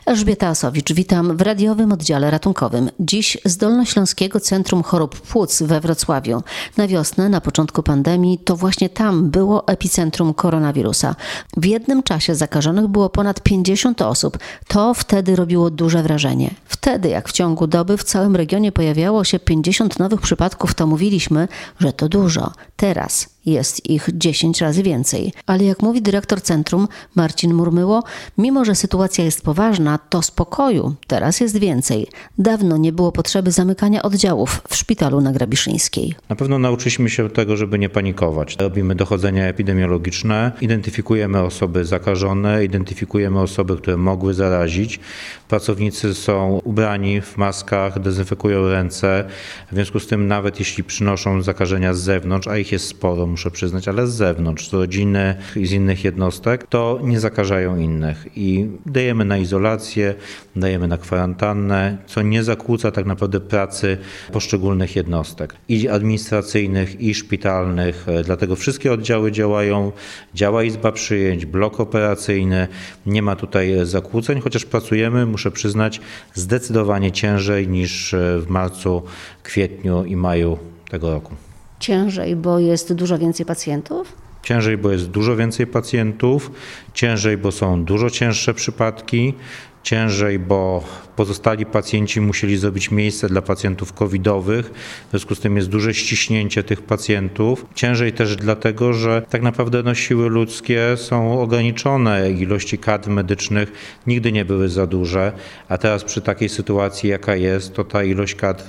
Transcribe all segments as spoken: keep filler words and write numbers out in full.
Elżbieta Asowicz, witam w radiowym oddziale ratunkowym. Dziś z Dolnośląskiego Centrum Chorób Płuc we Wrocławiu. Na wiosnę, na początku pandemii, to właśnie tam było epicentrum koronawirusa. W jednym czasie zakażonych było ponad pięćdziesiąt osób. To wtedy robiło duże wrażenie. Wtedy, jak w ciągu doby w całym regionie pojawiało się pięćdziesiąt nowych przypadków, to mówiliśmy, że to dużo. Teraz jest ich dziesięć razy więcej. Ale jak mówi dyrektor centrum Marcin Murmyło, mimo że sytuacja jest poważna, to spokoju teraz jest więcej. Dawno nie było potrzeby zamykania oddziałów w szpitalu na Grabiszyńskiej. Na pewno nauczyliśmy się tego, żeby nie panikować. Robimy dochodzenia epidemiologiczne, identyfikujemy osoby zakażone, identyfikujemy osoby, które mogły zarazić. Pracownicy są ubrani w maskach, dezynfekują ręce. W związku z tym nawet jeśli przynoszą zakażenia z zewnątrz, a ich jest sporo, muszę przyznać, ale z zewnątrz, z rodziny i z innych jednostek, to nie zakażają innych. I dajemy na izolację, dajemy na kwarantannę, co nie zakłóca tak naprawdę pracy poszczególnych jednostek. I administracyjnych, i szpitalnych. Dlatego wszystkie oddziały działają. Działa izba przyjęć, blok operacyjny. Nie ma tutaj zakłóceń, chociaż pracujemy, muszę przyznać, zdecydowanie ciężej niż w marcu, kwietniu i maju tego roku. Ciężej, bo jest dużo więcej pacjentów? Ciężej, bo jest dużo więcej pacjentów, ciężej, bo są dużo cięższe przypadki, ciężej, bo pozostali pacjenci musieli zrobić miejsce dla pacjentów covidowych, w związku z tym jest duże ściśnięcie tych pacjentów. Ciężej też dlatego, że tak naprawdę no, siły ludzkie są ograniczone, ilości kadr medycznych nigdy nie były za duże, a teraz przy takiej sytuacji jaka jest, to ta ilość kadr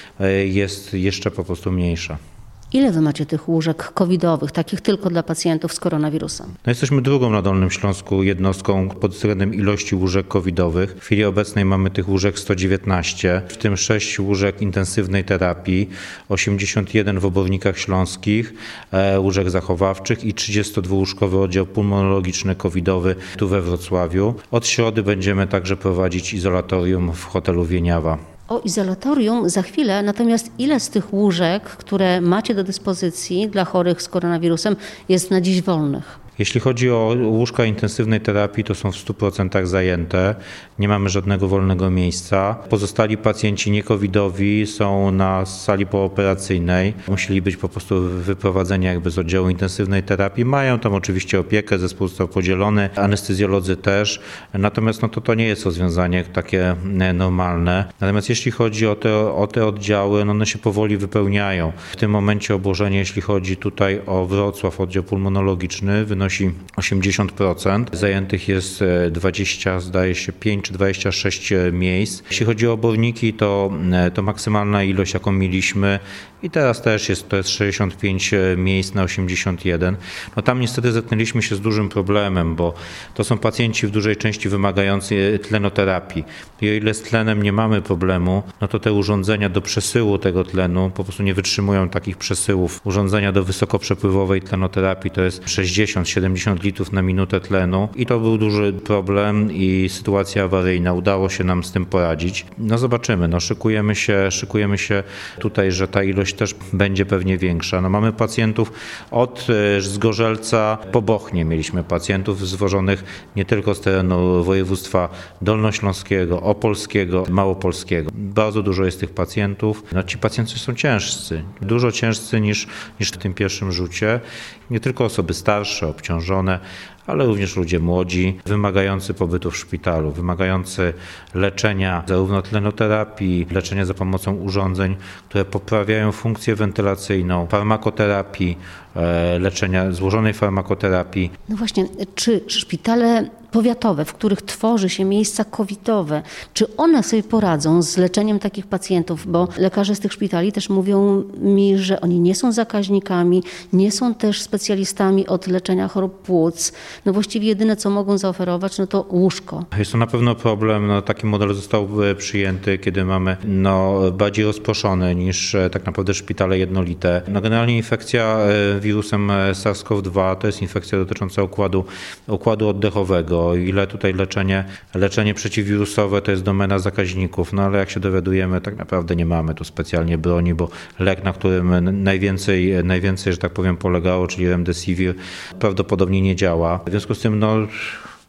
jest jeszcze po prostu mniejsza. Ile wy macie tych łóżek covidowych, takich tylko dla pacjentów z koronawirusem? No jesteśmy drugą na Dolnym Śląsku jednostką pod względem ilości łóżek covidowych. W chwili obecnej mamy tych łóżek sto dziewiętnaście, w tym sześć łóżek intensywnej terapii, osiemdziesiąt jeden w Obornikach Śląskich, e, łóżek zachowawczych i trzydziestodwułóżkowy oddział pulmonologiczny covidowy tu we Wrocławiu. Od środy będziemy także prowadzić izolatorium w hotelu Wieniawa. O izolatorium za chwilę, natomiast ile z tych łóżek, które macie do dyspozycji dla chorych z koronawirusem, jest na dziś wolnych? Jeśli chodzi o łóżka intensywnej terapii, to są w stu procentach zajęte. Nie mamy żadnego wolnego miejsca. Pozostali pacjenci niecovidowi są na sali pooperacyjnej. Musieli być po prostu wyprowadzeni jakby z oddziału intensywnej terapii. Mają tam oczywiście opiekę, zespół został podzielony, anestezjolodzy też. Natomiast no to, to nie jest rozwiązanie takie normalne. Natomiast jeśli chodzi o te, o te oddziały, no one się powoli wypełniają. W tym momencie obłożenie, jeśli chodzi tutaj o Wrocław, oddział pulmonologiczny, wynosi osiemdziesiąt procent. Zajętych jest dwadzieścia, zdaje się, pięć czy dwadzieścia sześć miejsc. Jeśli chodzi o oborniki, to, to maksymalna ilość, jaką mieliśmy i teraz też jest, to jest sześćdziesiąt pięć miejsc na osiemdziesiąt jeden. No tam niestety zetknęliśmy się z dużym problemem, bo to są pacjenci w dużej części wymagający tlenoterapii. I o ile z tlenem nie mamy problemu, no to te urządzenia do przesyłu tego tlenu po prostu nie wytrzymują takich przesyłów. Urządzenia do wysokoprzepływowej tlenoterapii to jest sześćdziesiąt siedemdziesiąt litrów na minutę tlenu i to był duży problem i sytuacja awaryjna. Udało się nam z tym poradzić. No zobaczymy, no szykujemy się, szykujemy się tutaj, że ta ilość też będzie pewnie większa. No mamy pacjentów od Zgorzelca po Bochnię. Mieliśmy pacjentów zwożonych nie tylko z terenu województwa dolnośląskiego, opolskiego, małopolskiego. Bardzo dużo jest tych pacjentów. No ci pacjenci są ciężcy, dużo ciężcy niż, niż w tym pierwszym rzucie. Nie tylko osoby starsze, obciążone, ale również ludzie młodzi, wymagający pobytu w szpitalu, wymagający leczenia, zarówno tlenoterapii, leczenia za pomocą urządzeń, które poprawiają funkcję wentylacyjną, farmakoterapii, leczenia złożonej farmakoterapii. No właśnie, czy szpitale powiatowe, w których tworzy się miejsca covidowe, czy one sobie poradzą z leczeniem takich pacjentów? Bo lekarze z tych szpitali też mówią mi, że oni nie są zakaźnikami, nie są też specjalistami od leczenia chorób płuc. No właściwie jedyne, co mogą zaoferować, no to łóżko. Jest to na pewno problem. No, taki model został przyjęty, kiedy mamy no, bardziej rozproszone niż tak naprawdę szpitale jednolite. No, generalnie infekcja wirusem SARS-CoV dwa to jest infekcja dotycząca układu, układu oddechowego. O ile tutaj leczenie, leczenie przeciwwirusowe to jest domena zakaźników, no ale jak się dowiadujemy, tak naprawdę nie mamy tu specjalnie broni, bo lek, na którym najwięcej, najwięcej, że tak powiem, polegało, czyli Remdesivir, prawdopodobnie nie działa. W związku z tym no,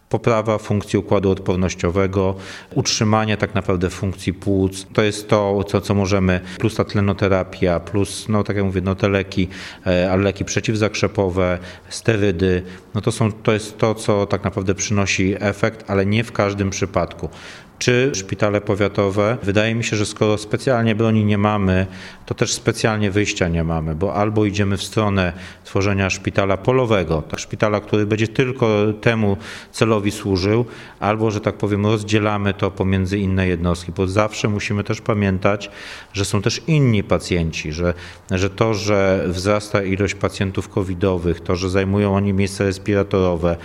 poprawa funkcji układu odpornościowego, utrzymanie tak naprawdę funkcji płuc. To jest to, co, co możemy, plus ta tlenoterapia, plus, no tak jak mówię, no te leki, ale leki przeciwzakrzepowe, sterydy, no to są, to jest to, co tak naprawdę przynosi efekt, ale nie w każdym przypadku. Czy szpitale powiatowe? Wydaje mi się, że skoro specjalnie broni nie mamy, to też specjalnie wyjścia nie mamy, bo albo idziemy w stronę tworzenia szpitala polowego, tak, szpitala, który będzie tylko temu celowi służył, albo, że tak powiem, rozdzielamy to pomiędzy inne jednostki, bo zawsze musimy też pamiętać, że są też inni pacjenci, że, że to, że wzrasta ilość pacjentów covidowych, to, że zajmują oni miejsca respiratorowe,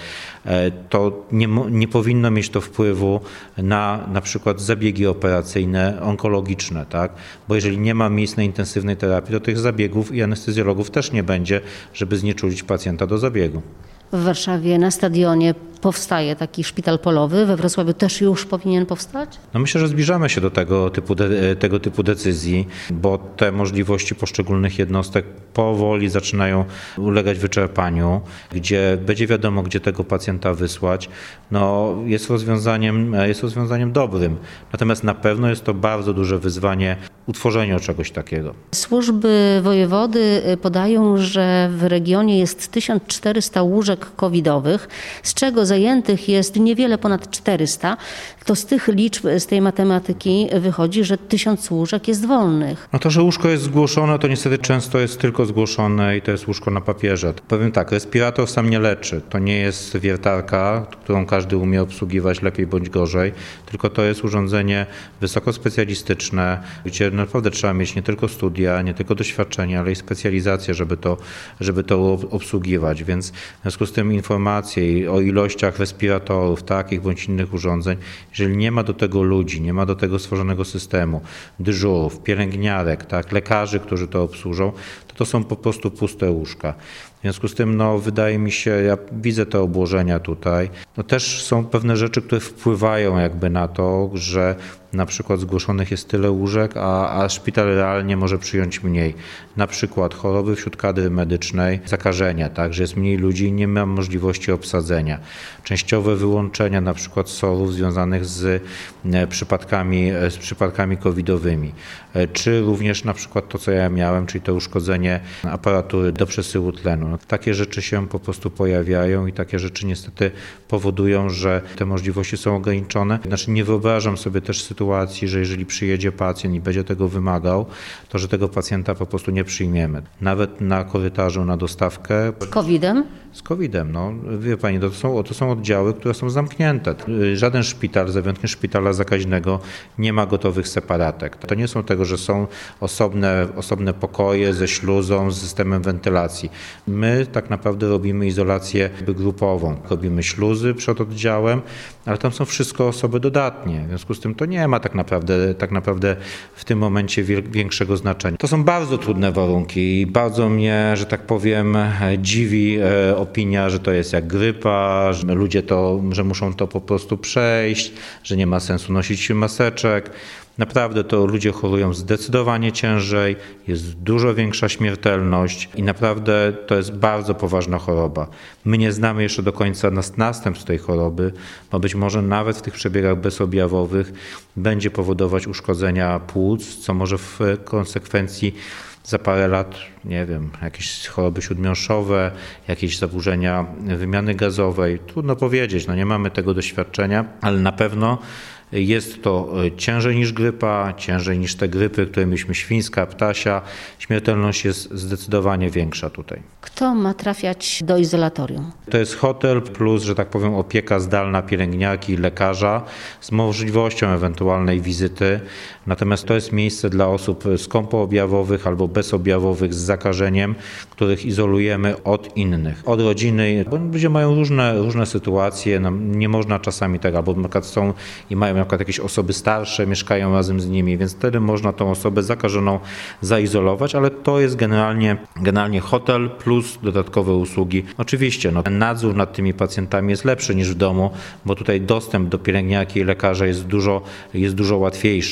to nie, nie powinno mieć to wpływu na na przykład zabiegi operacyjne, onkologiczne, tak? Bo jeżeli nie ma miejsc na intensywnej terapii, to tych zabiegów i anestezjologów też nie będzie, żeby znieczulić pacjenta do zabiegu. W Warszawie na stadionie powstaje taki szpital polowy, we Wrocławiu też już powinien powstać? No myślę, że zbliżamy się do tego typu, de, tego typu decyzji, bo te możliwości poszczególnych jednostek powoli zaczynają ulegać wyczerpaniu, gdzie będzie wiadomo, gdzie tego pacjenta wysłać. No jest rozwiązaniem, jest rozwiązaniem dobrym, natomiast na pewno jest to bardzo duże wyzwanie utworzenia czegoś takiego. Służby wojewody podają, że w regionie jest tysiąc czterysta łóżek covidowych, z czego zajętych jest niewiele ponad czterysta. To z tych liczb, z tej matematyki wychodzi, że tysiąc łóżek jest wolnych. No to, że łóżko jest zgłoszone, to niestety często jest tylko zgłoszone i to jest łóżko na papierze. Powiem tak, respirator sam nie leczy. To nie jest wiertarka, którą każdy umie obsługiwać lepiej bądź gorzej, tylko to jest urządzenie wysokospecjalistyczne, gdzie naprawdę trzeba mieć nie tylko studia, nie tylko doświadczenie, ale i specjalizację, żeby to, żeby to obsługiwać. Więc w związku z tym informacje o ilościach respiratorów, takich bądź innych urządzeń, jeżeli nie ma do tego ludzi, nie ma do tego stworzonego systemu, dyżurów, pielęgniarek, tak, lekarzy, którzy to obsłużą, to to są po prostu puste łóżka. W związku z tym, no, wydaje mi się, ja widzę te obłożenia tutaj, no też są pewne rzeczy, które wpływają jakby na to, że na przykład zgłoszonych jest tyle łóżek, a, a szpital realnie może przyjąć mniej. Na przykład choroby wśród kadry medycznej, zakażenia, tak, że jest mniej ludzi i nie ma możliwości obsadzenia. Częściowe wyłączenia na przykład sorów związanych z przypadkami, z przypadkami covidowymi. Czy również na przykład to, co ja miałem, czyli to uszkodzenie aparatury do przesyłu tlenu. No, takie rzeczy się po prostu pojawiają i takie rzeczy niestety powodują, że te możliwości są ograniczone. Znaczy nie wyobrażam sobie też sytuacji, że jeżeli przyjedzie pacjent i będzie tego wymagał, to że tego pacjenta po prostu nie przyjmiemy. Nawet na korytarzu na dostawkę. Z kowidem? Z kowidem, no wie pani, to są, to są oddziały, które są zamknięte. Żaden szpital, za wyjątkiem szpitala zakaźnego, nie ma gotowych separatek. To nie są tego, że są osobne, osobne pokoje ze śluzą, z systemem wentylacji. My tak naprawdę robimy izolację grupową. Robimy śluzy przed oddziałem, ale tam są wszystko osoby dodatnie. W związku z tym to nie ma tak naprawdę, tak naprawdę w tym momencie większego znaczenia. To są bardzo trudne warunki i bardzo mnie, że tak powiem, dziwi opinia, że to jest jak grypa, że ludzie to, że muszą to po prostu przejść, że nie ma sensu nosić maseczek. Naprawdę to ludzie chorują zdecydowanie ciężej, jest dużo większa śmiertelność i naprawdę to jest bardzo poważna choroba. My nie znamy jeszcze do końca następstw tej choroby, bo być może nawet w tych przebiegach bezobjawowych będzie powodować uszkodzenia płuc, co może w konsekwencji za parę lat, nie wiem, jakieś choroby śródmiąższowe, jakieś zaburzenia wymiany gazowej. Trudno powiedzieć, no nie mamy tego doświadczenia, ale na pewno jest to ciężej niż grypa, ciężej niż te grypy, które mieliśmy świńska, ptasia. Śmiertelność jest zdecydowanie większa tutaj. Kto ma trafiać do izolatorium? To jest hotel plus, że tak powiem, opieka zdalna pielęgniarki i lekarza z możliwością ewentualnej wizyty. Natomiast to jest miejsce dla osób skąpoobjawowych albo bezobjawowych z zakażeniem, których izolujemy od innych, od rodziny, bo ludzie mają różne, różne sytuacje, no, nie można czasami tak, albo na przykład są i mają na przykład jakieś osoby starsze, mieszkają razem z nimi, więc wtedy można tą osobę zakażoną zaizolować, ale to jest generalnie, generalnie hotel plus dodatkowe usługi. Oczywiście no, nadzór nad tymi pacjentami jest lepszy niż w domu, bo tutaj dostęp do pielęgniarki i lekarza jest dużo, jest dużo łatwiejszy.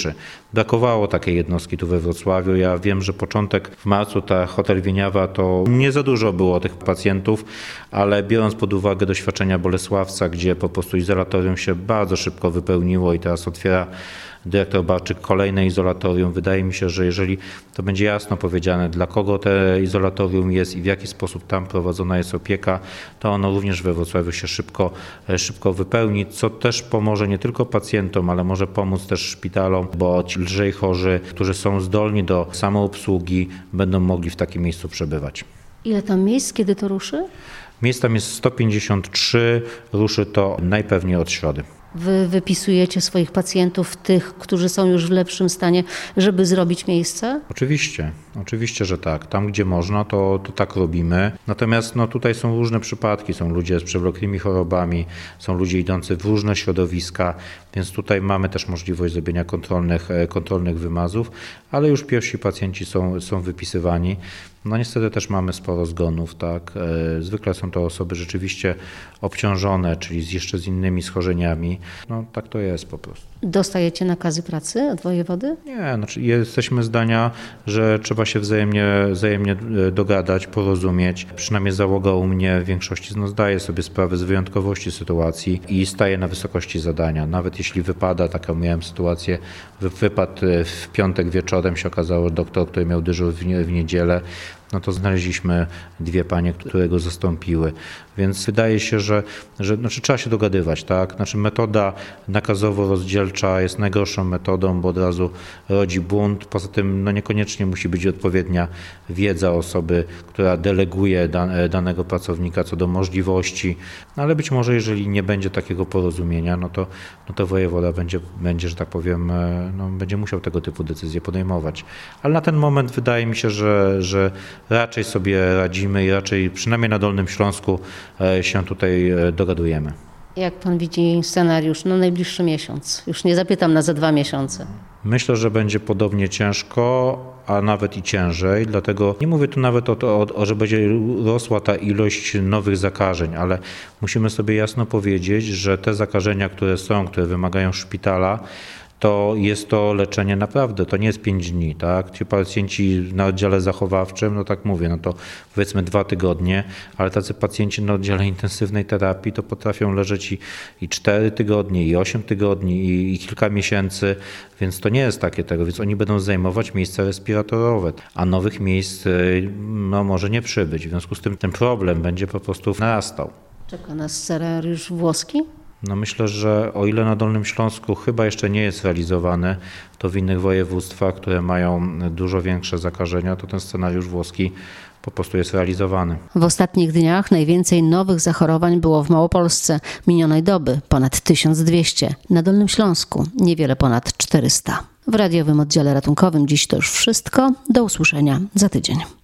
brakowało takiej jednostki tu we Wrocławiu. Ja wiem, że początek w marcu ta hotel Wieniawa to nie za dużo było tych pacjentów, ale biorąc pod uwagę doświadczenia Bolesławca, gdzie po prostu izolatorium się bardzo szybko wypełniło i teraz otwiera dyrektor Barczyk kolejne izolatorium. Wydaje mi się, że jeżeli to będzie jasno powiedziane, dla kogo te izolatorium jest i w jaki sposób tam prowadzona jest opieka, to ono również we Wrocławiu się szybko, szybko wypełni, co też pomoże nie tylko pacjentom, ale może pomóc też szpitalom, bo ci lżej chorzy, którzy są zdolni do samoobsługi, będą mogli w takim miejscu przebywać. Ile tam miejsc, kiedy to ruszy? Miejsc tam jest sto pięćdziesiąt trzy, ruszy to najpewniej od środy. Wy wypisujecie swoich pacjentów, tych, którzy są już w lepszym stanie, żeby zrobić miejsce? Oczywiście, oczywiście, że tak. Tam, gdzie można, to, to tak robimy. Natomiast no, tutaj są różne przypadki. Są ludzie z przewlekłymi chorobami, są ludzie idący w różne środowiska, więc tutaj mamy też możliwość zrobienia kontrolnych, kontrolnych wymazów, ale już pierwsi pacjenci są, są wypisywani. No niestety też mamy sporo zgonów, tak. Zwykle są to osoby rzeczywiście obciążone, czyli z, jeszcze z innymi schorzeniami. No tak to jest po prostu. Dostajecie nakazy pracy od wojewody? Nie, znaczy jesteśmy zdania, że trzeba się wzajemnie, wzajemnie dogadać, porozumieć. Przynajmniej załoga u mnie w większości z nas zdaje sobie sprawę z wyjątkowości sytuacji i staje na wysokości zadania. Nawet jeśli wypada, taką miałem sytuację, wypadł w piątek wieczorem, się okazało, że doktor, który miał dyżur w, nie, w niedzielę, no to znaleźliśmy dwie panie, które go zastąpiły. Więc wydaje się, że, że znaczy, trzeba się dogadywać, tak? Znaczy metoda nakazowo-rozdzielcza jest najgorszą metodą, bo od razu rodzi bunt. Poza tym no niekoniecznie musi być odpowiednia wiedza osoby, która deleguje dan- danego pracownika co do możliwości. No ale być może jeżeli nie będzie takiego porozumienia, no to, no to wojewoda będzie, będzie, że tak powiem, no, będzie musiał tego typu decyzje podejmować. Ale na ten moment wydaje mi się, że, że raczej sobie radzimy i raczej przynajmniej na Dolnym Śląsku się tutaj dogadujemy. Jak pan widzi scenariusz na najbliższy miesiąc? Już nie zapytam na za dwa miesiące. Myślę, że będzie podobnie ciężko, a nawet i ciężej, dlatego nie mówię tu nawet o to, o, że będzie rosła ta ilość nowych zakażeń, ale musimy sobie jasno powiedzieć, że te zakażenia, które są, które wymagają szpitala, to jest to leczenie naprawdę, to nie jest pięć dni, tak? Ci pacjenci na oddziale zachowawczym, no tak mówię, no to powiedzmy dwa tygodnie, ale tacy pacjenci na oddziale intensywnej terapii to potrafią leżeć i, i cztery tygodnie, i osiem tygodni, i, i kilka miesięcy, więc to nie jest takie tego, więc oni będą zajmować miejsca respiratorowe, a nowych miejsc no, może nie przybyć, w związku z tym ten problem będzie po prostu narastał. Czeka nas scenariusz włoski? No myślę, że o ile na Dolnym Śląsku chyba jeszcze nie jest realizowany, to w innych województwach, które mają dużo większe zakażenia, to ten scenariusz włoski po prostu jest realizowany. W ostatnich dniach najwięcej nowych zachorowań było w Małopolsce. Minionej doby ponad tysiąc dwieście. Na Dolnym Śląsku niewiele ponad czterysta. W radiowym oddziale ratunkowym dziś to już wszystko. Do usłyszenia za tydzień.